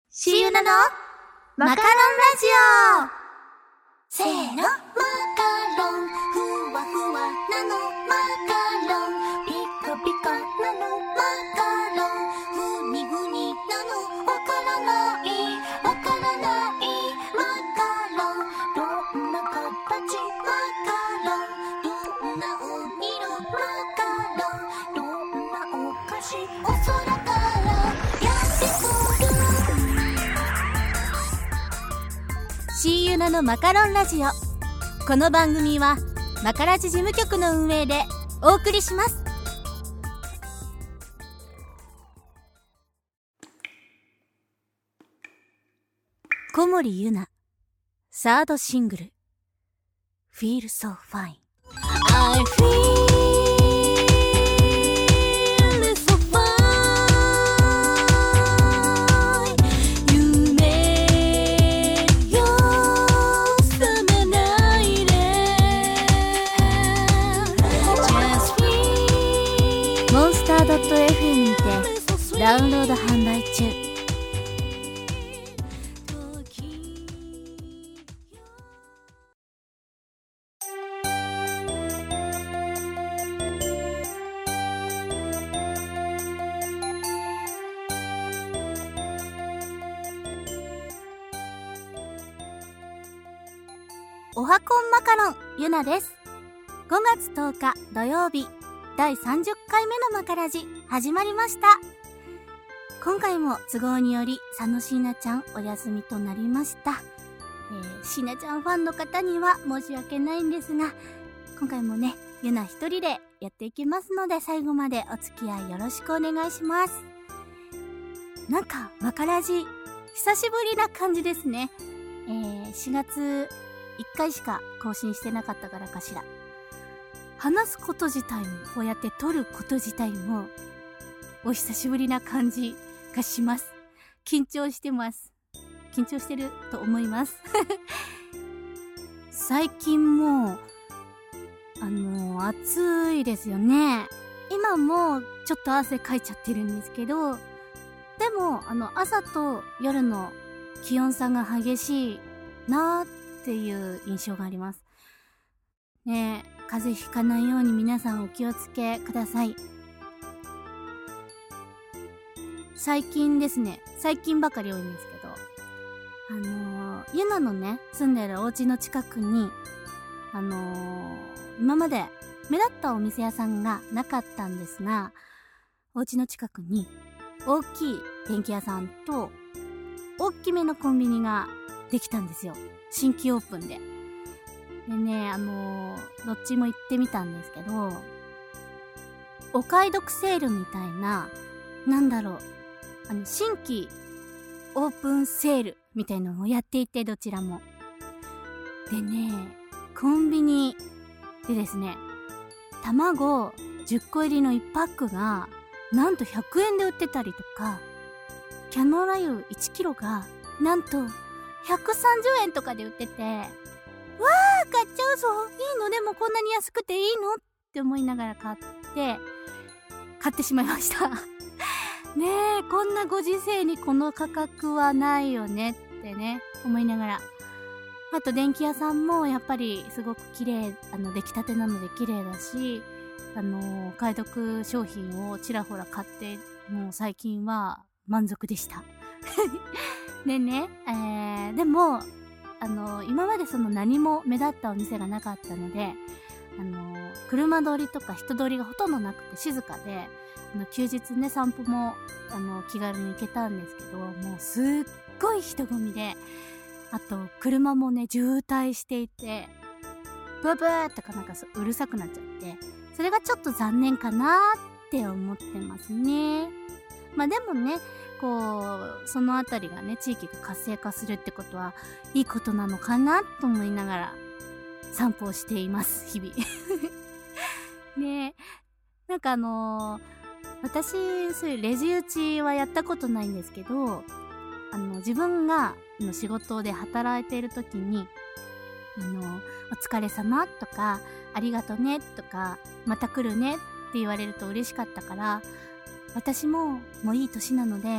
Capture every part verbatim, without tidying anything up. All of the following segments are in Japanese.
シーユナのマカロンラジオ。せーの、マカロンふわふわなのマカロン、ピカピカなのマカロン、ふにふになのわからないわからないマカロン、どんな形マカロン、どんなお色マカロン、どんなお菓子お空からやってくる。シーユナのマカロンラジオ。この番組はマカラジ事務局の運営でお送りします。小森優菜サードシングル Feel So Fine。 I feel so fine。 夢よ覚めないで Just feel。 モンスター .fm にてダウンロード販売中。おはこんマカロンゆなです。ごがつとおか土曜日、だいさんじゅっかいめのマカラジ始まりました。今回も都合により佐野椎名ちゃんお休みとなりました。えー、椎名ちゃんファンの方には申し訳ないんですが、今回もねゆな一人でやっていきますので、最後までお付き合いよろしくお願いします。なんかマカラジ久しぶりな感じですね。えー、しがついっかいしか更新してなかったからかしら。話すこと自体もこうやって撮ること自体もお久しぶりな感じがします。緊張してます。緊張してると思います最近もうあの暑いですよね。今もちょっと汗かいちゃってるんですけど、でもあの朝と夜の気温差が激しいなーっていう印象がありますね。え、風邪ひかないように皆さんお気をつけください。最近ですね、最近ばかり多いんですけど、あのー、ゆなのね住んでるお家の近くにあのー、今まで目立ったお店屋さんがなかったんですが、お家の近くに大きい電気屋さんと大きめのコンビニができたんですよ。新規オープンで。でね、あのー、どっちも行ってみたんですけど、お買い得セールみたいな、なんだろう、あの、新規オープンセールみたいなのをやっていて、どちらも。でね、コンビニでですね、卵じゅっこ入りのいちパックが、なんとひゃくえんで売ってたりとか、キャノーラ油いちキロが、なんと、ひゃくさんじゅうえんとかで売ってて、わー買っちゃうぞ、いいの、でもこんなに安くていいのって思いながら買って買ってしまいましたねえ、こんなご時世にこの価格はないよねってね思いながら、あと電気屋さんもやっぱりすごく綺麗、あの出来たてなので綺麗だし、あの買い得商品をちらほら買って、もう最近は満足でしたでね、えー、でもあの今までその何も目立ったお店がなかったので、あの車通りとか人通りがほとんどなくて静かで、あの休日ね散歩もあの気軽に行けたんですけど、もうすっごい人混みで、あと車もね渋滞していて、ブーブーとかなんかうるさくなっちゃって、それがちょっと残念かなって思ってますね。まあでもね、こうそのあたりがね地域が活性化するってことはいいことなのかなと思いながら散歩をしています日々ねえ、なんかあのー、私そういうレジ打ちはやったことないんですけど、あの自分がの仕事で働いている時に、あのお疲れ様とかありがとねとかまた来るねって言われると嬉しかったから、私ももういい年なので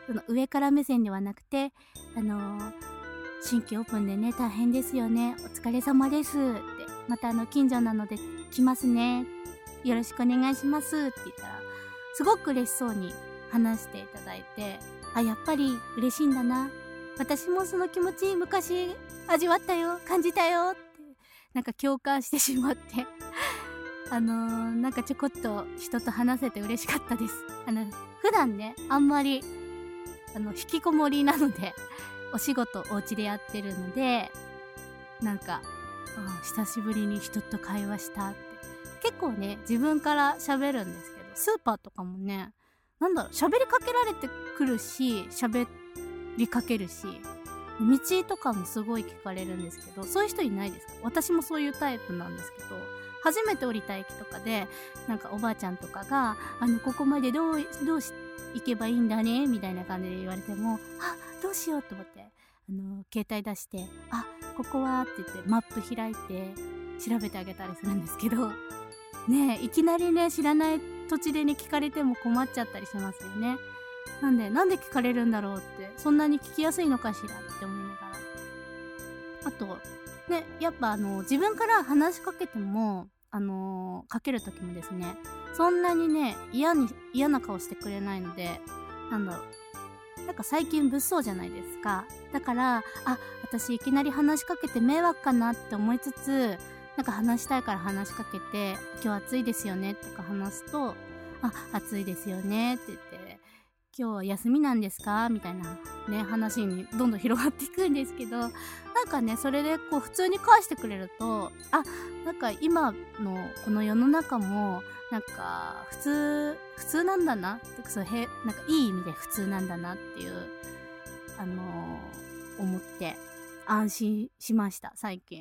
その上から目線ではなくて、あのー、新規オープンでね、大変ですよね。お疲れ様です。って。またあの、近所なので来ますね。よろしくお願いしますって言ったら、すごく嬉しそうに話していただいて、あ、やっぱり嬉しいんだな。私もその気持ち昔味わったよ、感じたよって、なんか共感してしまって、あのー、なんかちょこっと人と話せて嬉しかったです。あの、普段ね、あんまり、あの、引きこもりなので、お仕事お家でやってるので、なんか、久しぶりに人と会話したって。結構ね、自分から喋るんですけど、スーパーとかもね、なんだろう、喋りかけられてくるし、喋りかけるし、道とかもすごい聞かれるんですけど、そういう人いないですか？私もそういうタイプなんですけど、初めて降りた駅とかで、なんかおばあちゃんとかが、あの、ここまでどう、どうし、行けばいいんだねみたいな感じで言われても、あ、どうしようと思って、あの、携帯出して、あ、ここはって言ってマップ開いて調べてあげたりするんですけど、ねえ、いきなりね、知らない土地でね、聞かれても困っちゃったりしますよね。なんで、なんで聞かれるんだろうって、そんなに聞きやすいのかしらって思いながら。あと、ね、やっぱあの、自分から話しかけても、あのー、かけるときもですね、そんなにね、嫌に、嫌な顔してくれないので、なんだろう。なんか最近物騒じゃないですか。だから、あ、私いきなり話しかけて迷惑かなって思いつつ、なんか話したいから話しかけて、今日暑いですよねとか話すと、あ、暑いですよねって言って、今日は休みなんですかみたいなね、話にどんどん広がっていくんですけど、なんかね、それでこう普通に返してくれると、あ、なんか今のこの世の中も、なんか普通、普通なんだな、そうへなんかいい意味で普通なんだなっていう、あのー、思って安心しました、最近。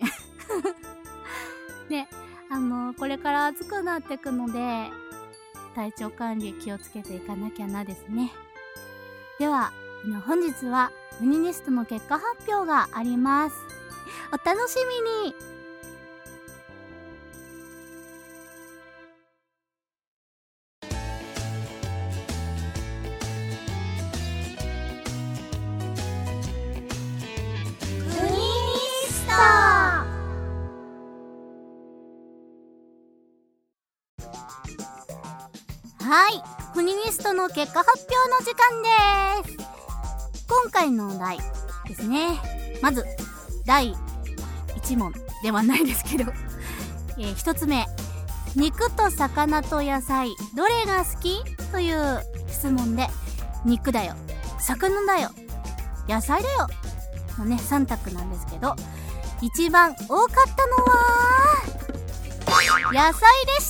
で、あのー、これから暑くなっていくので、体調管理気をつけていかなきゃなですね。では、本日はフェミニストの結果発表があります。お楽しみに。フェミニスト。はい、フェミニストの結果発表の時間です。今回のお題ですね。まずだいいち問ではないですけど、えー、ひとつめ、肉と魚と野菜どれが好きという質問で、肉だよ、魚だよ、野菜だよのねさん択なんですけど、一番多かったのは野菜でした。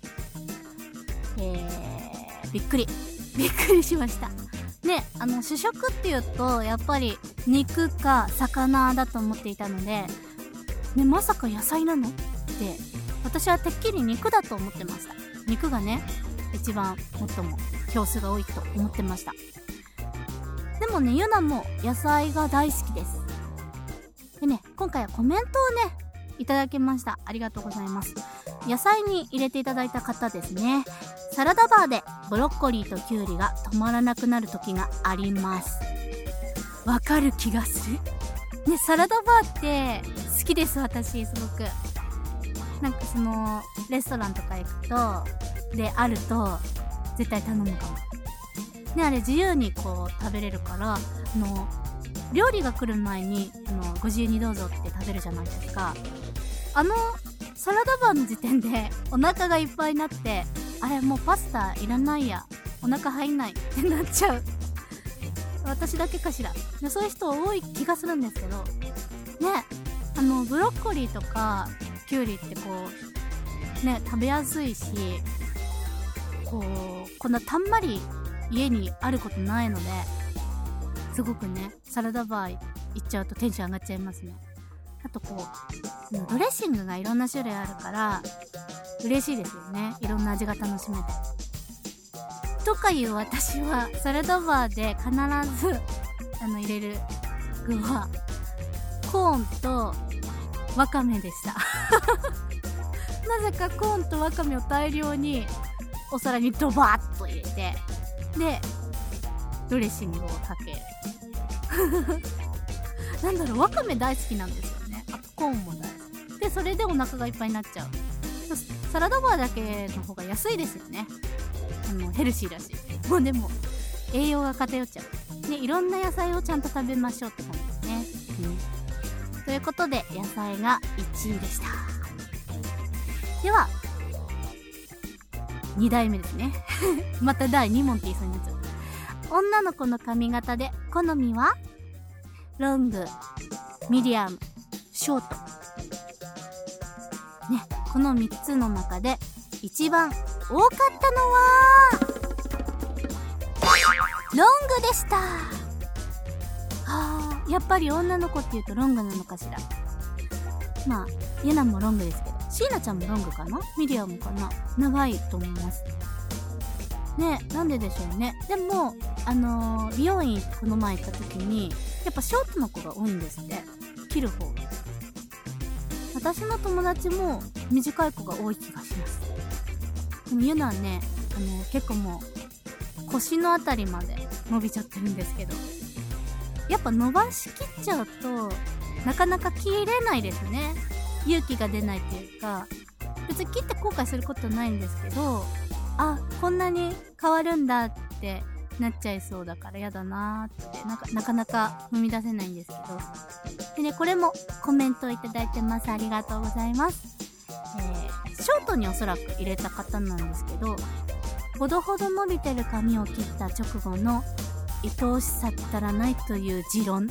えー、びっくりびっくりしましたね。あの主食っていうとやっぱり肉か魚だと思っていたので、ね、まさか野菜なのって私はてっきり肉だと思ってました。肉がね一番最も票数が多いと思ってました。でもね、ユナも野菜が大好きです。でね、今回はコメントをねいただきました。ありがとうございます。野菜に入れていただいた方ですね。サラダバーでブロッコリーとキュウリが止まらなくなる時があります。わかる気がするね。サラダバーって好きです。私すごくなんかそのレストランとか行くとであると絶対頼むかもね。あれ自由にこう食べれるから、あの料理が来る前にあのご自由にどうぞって食べるじゃないですか。あのサラダバーの時点でお腹がいっぱいになって、あれもうパスタいらないや、お腹入んないってなっちゃう。私だけかしら。そういう人多い気がするんですけどね。あのブロッコリーとかキュウリってこうね食べやすいし、こうこんなたんまり家にあることないので、すごくねサラダバー行っちゃうとテンション上がっちゃいますね。あとこうドレッシングがいろんな種類あるから嬉しいですよね。いろんな味が楽しめて。とかいう私はサラダバーで必ずあの入れる具はコーンとわかめでしたなぜかコーンとわかめを大量にお皿にドバーッと入れて、でドレッシングをかけなんだろう、わかめ大好きなんですよね。あとコーンも大好きで、それでお腹がいっぱいになっちゃう。サラダバーだけの方が安いですよね。あのヘルシーだし、もうでも栄養が偏っちゃうね。いろんな野菜をちゃんと食べましょうって感じですね、うん、ということで野菜がいちいでした。ではにだいめですねまただいに問って言いそうになっちゃう。女の子の髪型で好みはロング、ミディアム、ショートね。このみっつの中で一番多かったのはロングでした。はあ、やっぱり女の子っていうとロングなのかしら。まあユナもロングですけど、シーナちゃんもロングかな、ミディアムかな。長いと思いますね。なんででしょうね。でもあのー、美容院この前行った時にやっぱショートの子が多いんですって、切る方が。私の友達も短い子が多い気がします。でもユナはね、あのー、結構もう腰のあたりまで伸びちゃってるんですけど、やっぱ伸ばしきっちゃうとなかなか切れないですね。勇気が出ないっていうか、別に切って後悔することないんですけど、あ、こんなに変わるんだってなっちゃいそうだからやだなーってなか、なかなか踏み出せないんですけど。でね、これもコメントをいただいてます。ありがとうございます。えー、ショートにおそらく入れた方なんですけど、ほどほど伸びてる髪を切った直後の愛おしさったらないという持論。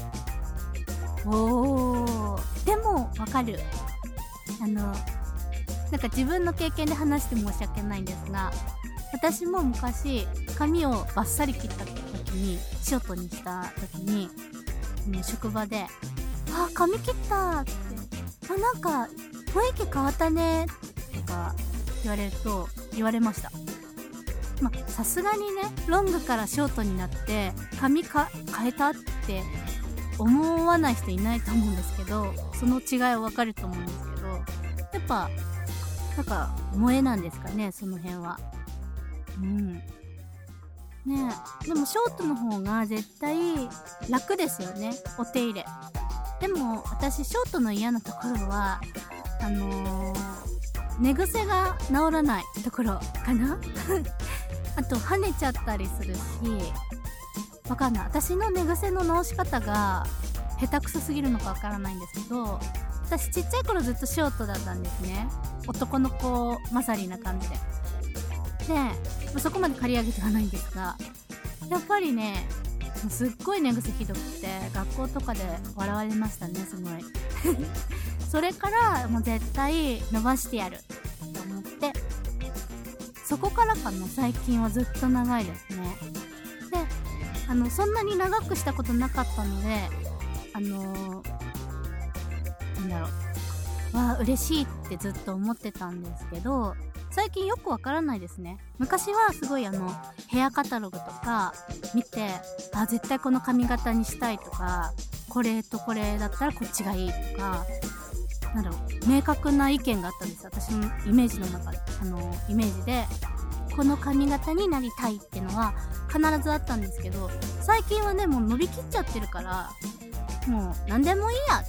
おー、でもわかる。あのなんか自分の経験で話して申し訳ないんですが、私も昔髪をバッサリ切った時に、ショートにした時に、うん、職場であ、髪切ったって、あ、なんか雰囲気変わったねとか言われると言われました。まあさすがにね、ロングからショートになって髪か変えたって思わない人いないと思うんですけど、その違いはわかると思うんですけど、やっぱなんか萌えなんですかね、その辺は。うんねえ、でもショートの方が絶対楽ですよね、お手入れ。でも私ショートの嫌なところはあのー、寝癖が治らないところかなあと跳ねちゃったりするし、わかんない。私の寝癖の直し方が下手くそすぎるのかわからないんですけど、私ちっちゃい頃ずっとショートだったんですね。男の子勝りな感じで。で、そこまで刈り上げてはないんですが、やっぱりね、すっごい寝癖ひどくて学校とかで笑われましたね、すごいそれからもう絶対伸ばしてやると思って、そこからかな、最近はずっと長いですね。で、あのそんなに長くしたことなかったので、あのー、なんだろう、わあ嬉しいってずっと思ってたんですけど、最近よくわからないですね。昔はすごいあのヘアカタログとか見て、あ、絶対この髪型にしたいとか、これとこれだったらこっちがいいとか、なんだろう、明確な意見があったんです。私のイメージの中で、あのイメージでこの髪型になりたいっていうのは必ずあったんですけど、最近はね、もう伸びきっちゃってるから、もう何でもいいやって、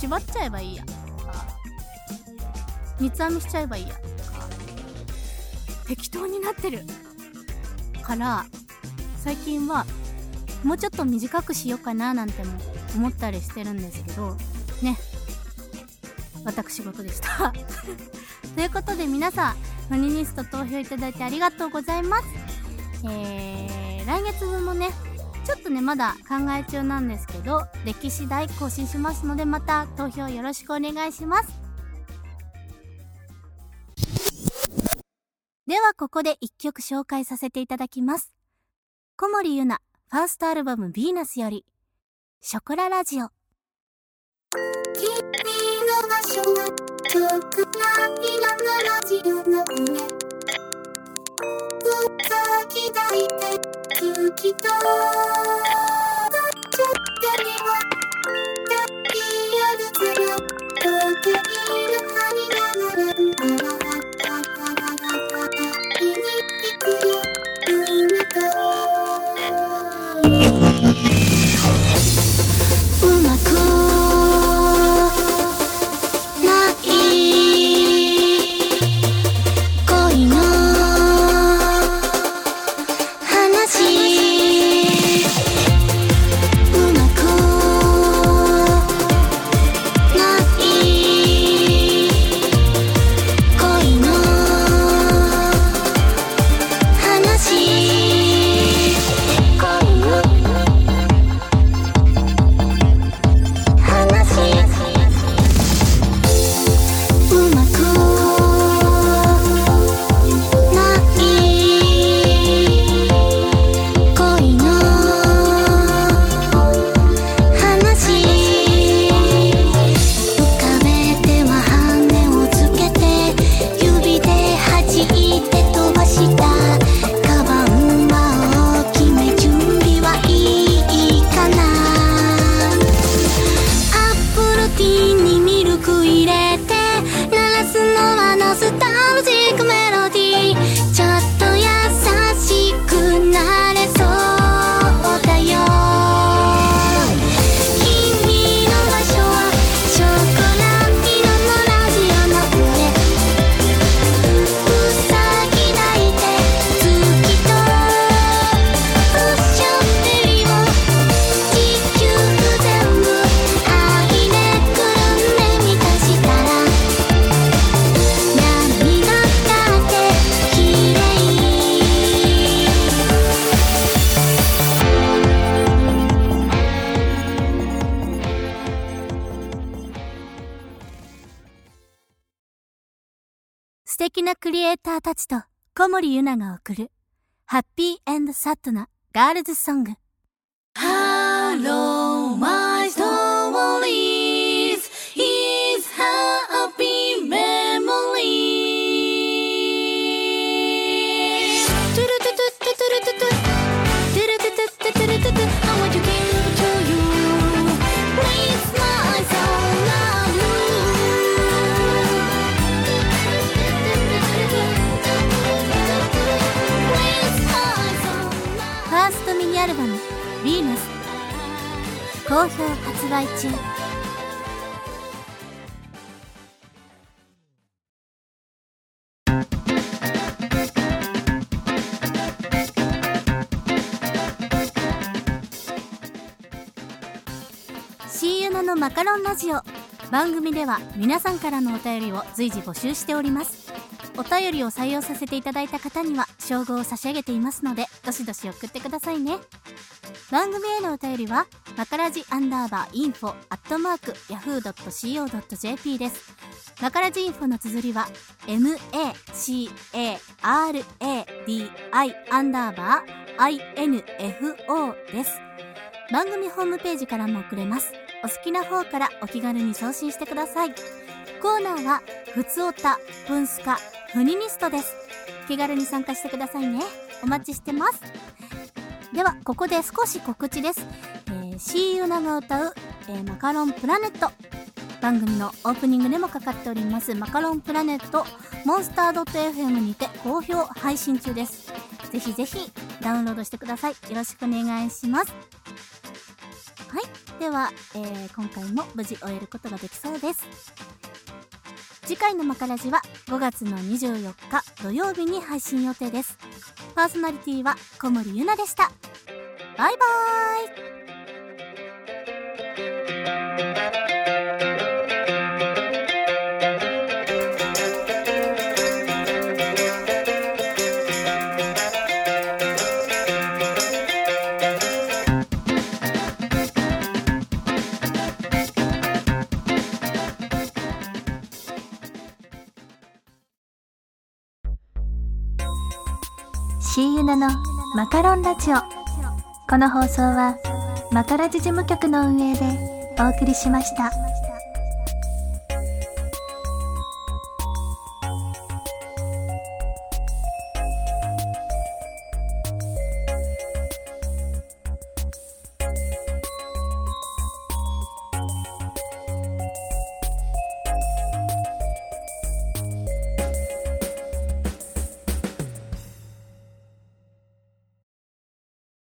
縛っちゃえばいいやとか、三つ編みしちゃえばいいやとか、適当になってるから、最近はもうちょっと短くしようかななんても思ったりしてるんですけどね。私事でしたということで皆さん、ファニニスト投票いただいてありがとうございます。えー、来月分もね、ちょっとねまだ考え中なんですけど、歴史大更新しますので、また投票よろしくお願いします。ではここで一曲紹介させていただきます。小森優奈ファーストアルバムヴィーナスよりショコララジオ。 君の場所は遠くないラのラジオの上、ずっと期待って好きとちょっとにはダッキー夜空遠くにいる針が並ぶから見に行くよ、海と敵なクリエイターたちと小森ゆなが送るハッピーエンドサッドなガールズソング。 Hello, my stories is happy memories. I want to give to you. Please, my soul, love you. ファーストミニアルバムヴィーナス好評発売中。シーユナのマカロンラジオ。番組では皆さんからのお便りを随時募集しております。お便りを採用させていただいた方には称号を差し上げていますので、どしどし送ってくださいね。番組へのお便りはマカラジアンダーバーインフォアットマークヤフードットシーオードットジェーピー です。マカラジインフォの綴りは エムエーシーエーアールエーディーアイ アンダーバー アイエヌエフオー です。番組ホームページからも送れます。お好きな方からお気軽に送信してください。コーナーはふつおた、ふんすか、ふにニストです。気軽に参加してくださいね。お待ちしてます。ではここで少し告知です。えー、シーユナが歌う、えー、マカロンプラネット、番組のオープニングでもかかっておりますマカロンプラネットモンスター .fm にて好評配信中です。ぜひぜひダウンロードしてください。よろしくお願いします。はい、では、えー、今回も無事終えることができそうです。次回のマカラジはごがつのにじゅうよっか土曜日に配信予定です。パーソナリティは小森ゆなでした。バイバーイ。 シーユナのマカロンラジオ。この放送はマカラジ事務局の運営でお送りしました。